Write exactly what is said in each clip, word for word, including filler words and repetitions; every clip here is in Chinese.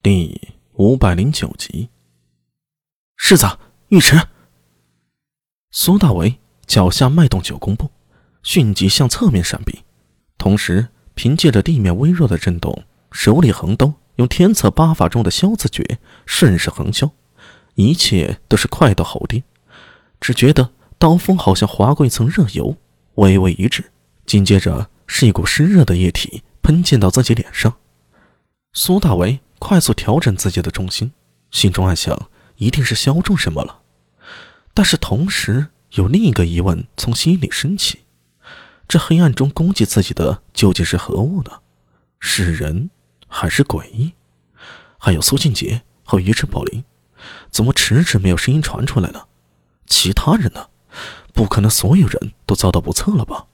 第五百零九集。世子，尉迟！苏大为脚下迈动九宫步，迅即向侧面闪避，同时凭借着地面微弱的震动，手里横刀用天策八法中的消字诀顺势横削，一切都是快到好跌。只觉得刀锋好像划过一层热油，微微一滞，紧接着是一股湿热的液体喷溅到自己脸上。苏大为快速调整自己的重心，心中暗想一定是削中什么了，但是同时有另一个疑问从心里升起，这黑暗中攻击自己的究竟是何物呢？是人还是诡异？还有苏静杰和尉迟宝林，怎么迟迟没有声音传出来呢？其他人呢？不可能所有人都遭到不测了吧？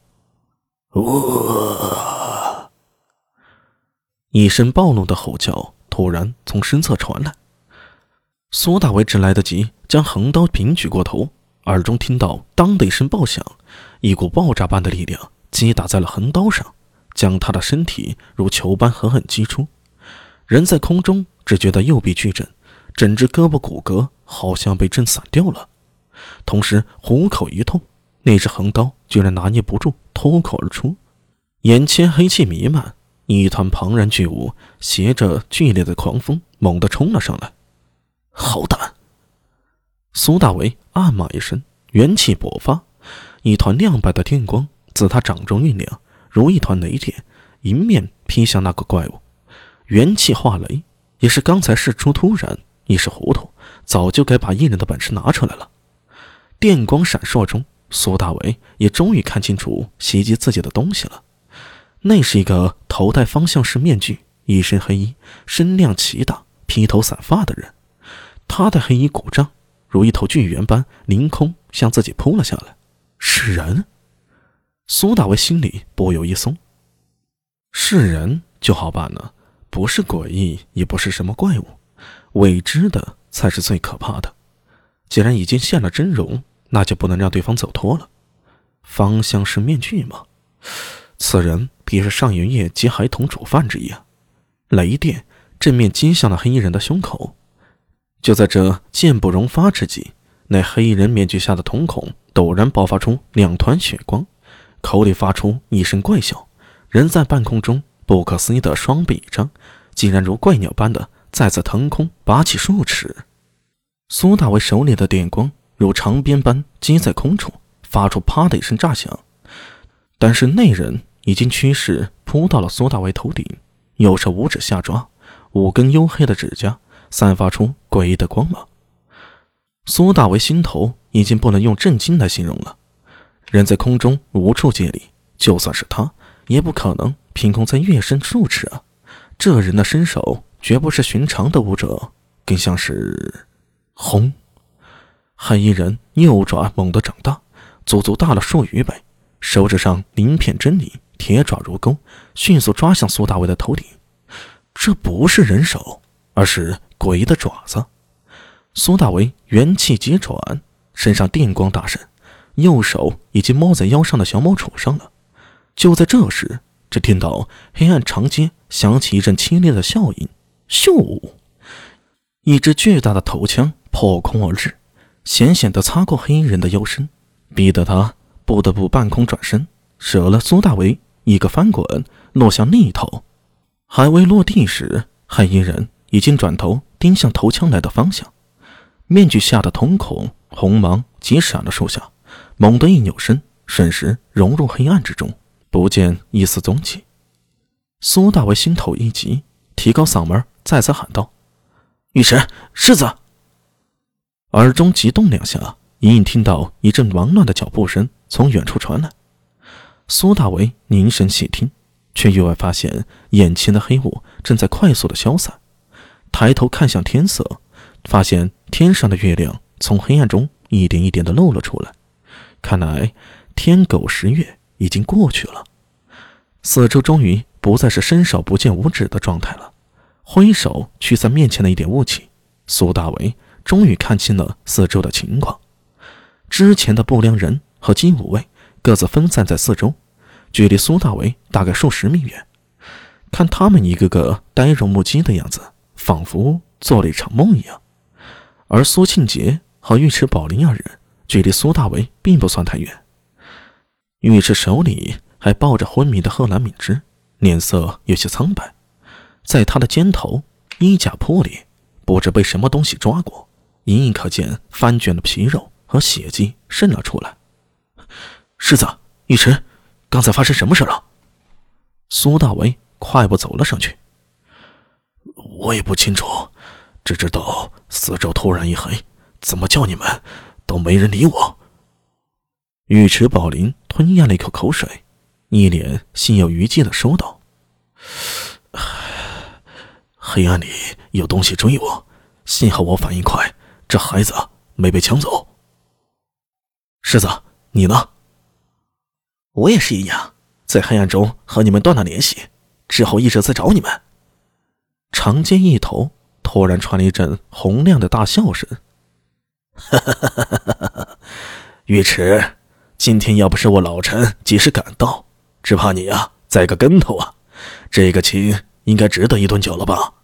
呃、一声暴怒的吼叫突然从身侧传来，苏大为只来得及将横刀平举过头，耳中听到当的一声爆响，一股爆炸般的力量击打在了横刀上，将他的身体如球般狠狠击出。人在空中只觉得右臂巨震，整只胳膊骨骼好像被震散掉了，同时虎口一痛，那只横刀居然拿捏不住脱口而出，眼前黑气弥漫，一团庞然巨物携着剧烈的狂风猛地冲了上来。好胆！苏大为暗骂一声，元气勃发，一团亮白的电光自他掌中酝酿，如一团雷电迎面劈向那个怪物。元气化雷，也是刚才事出突然，一时糊涂，早就该把一人的本事拿出来了。电光闪烁中，苏大为也终于看清楚袭击自己的东西了。那是一个头戴方向式面具，一身黑衣，身量奇大，披头散发的人。他的黑衣鼓胀，如一头巨猿般凌空向自己扑了下来。是人？苏大为心里不由一松。是人就好办了，不是诡异，也不是什么怪物，未知的才是最可怕的。既然已经现了真容，那就不能让对方走脱了。方向式面具吗？此人必是上元夜及孩童主犯之一啊！雷电正面击向了黑衣人的胸口。就在这箭不容发之际，那黑衣人面具下的瞳孔陡然爆发出两团血光，口里发出一声怪笑，人在半空中不可思议的双臂一张，竟然如怪鸟般的再次腾空拔起数尺。苏大为手里的电光如长鞭般击在空中，发出啪的一声炸响，但是那人已经趋势扑到了苏大为头顶，右手五指下抓，五根黝黑的指甲散发出诡异的光芒。苏大为心头已经不能用震惊来形容了，人在空中无处借力，就算是他也不可能凭空在跃升数尺啊！这人的身手绝不是寻常的武者，更像是……轰！黑衣人右爪猛地长大，足足大了数余倍，手指上鳞片狰狞，铁爪如钩，迅速抓向苏大为的头顶。这不是人手，而是鬼的爪子。苏大为元气急转，身上电光大闪，右手已经摸在腰上的小某杵上了。就在这时，只听到黑暗长街响起一阵凄厉的笑音，咻！一支巨大的头枪破空而至，险险地擦过黑衣人的腰身，逼得他不得不半空转身，舍了苏大为一个翻滚，落向另一头。还未落地时，黑衣人已经转头盯向头枪来的方向，面具下的瞳孔红芒急闪了数下，猛地一扭身，瞬时融入黑暗之中，不见一丝踪迹。苏大为心头一急，提高嗓门再次喊道：“尉迟，世子！”耳中急动两下，隐隐听到一阵忙乱的脚步声从远处传来。苏大为凝神细听，却意外发现眼前的黑雾正在快速的消散。抬头看向天色，发现天上的月亮从黑暗中一点一点的露了出来。看来天狗食月已经过去了。四周终于不再是伸手不见五指的状态了。挥手驱散面前的一点雾气，苏大为终于看清了四周的情况。之前的不良人和金五卫各自分散在四周，距离苏大为大概数十米远。看他们一个个呆若木鸡的样子， 仿佛做了一场梦一样。而苏庆杰和尉迟宝林二人距离苏大为并不算太远。尉迟手里还抱着昏迷的贺兰敏之，脸色有些苍白，在他的肩头衣甲破裂，不知被什么东西抓过，隐隐可见翻卷的皮肉和血迹渗了出来。世子，尉迟，刚才发生什么事了？苏大为快步走了上去。我也不清楚，只知道四周突然一黑，怎么叫你们都没人理我。尉迟宝林吞咽了一口口水，一脸心有余悸地说道：黑暗里有东西追我，幸好我反应快，这孩子没被抢走。世子，你呢？我也是一样，在黑暗中和你们断了联系，之后一直在找你们。长街一头突然传来一阵洪亮的大笑声。哈哈哈哈哈哈！尉迟，今天要不是我老臣及时赶到，只怕你呀、啊、栽个跟头啊，这个情应该值得一顿酒了吧？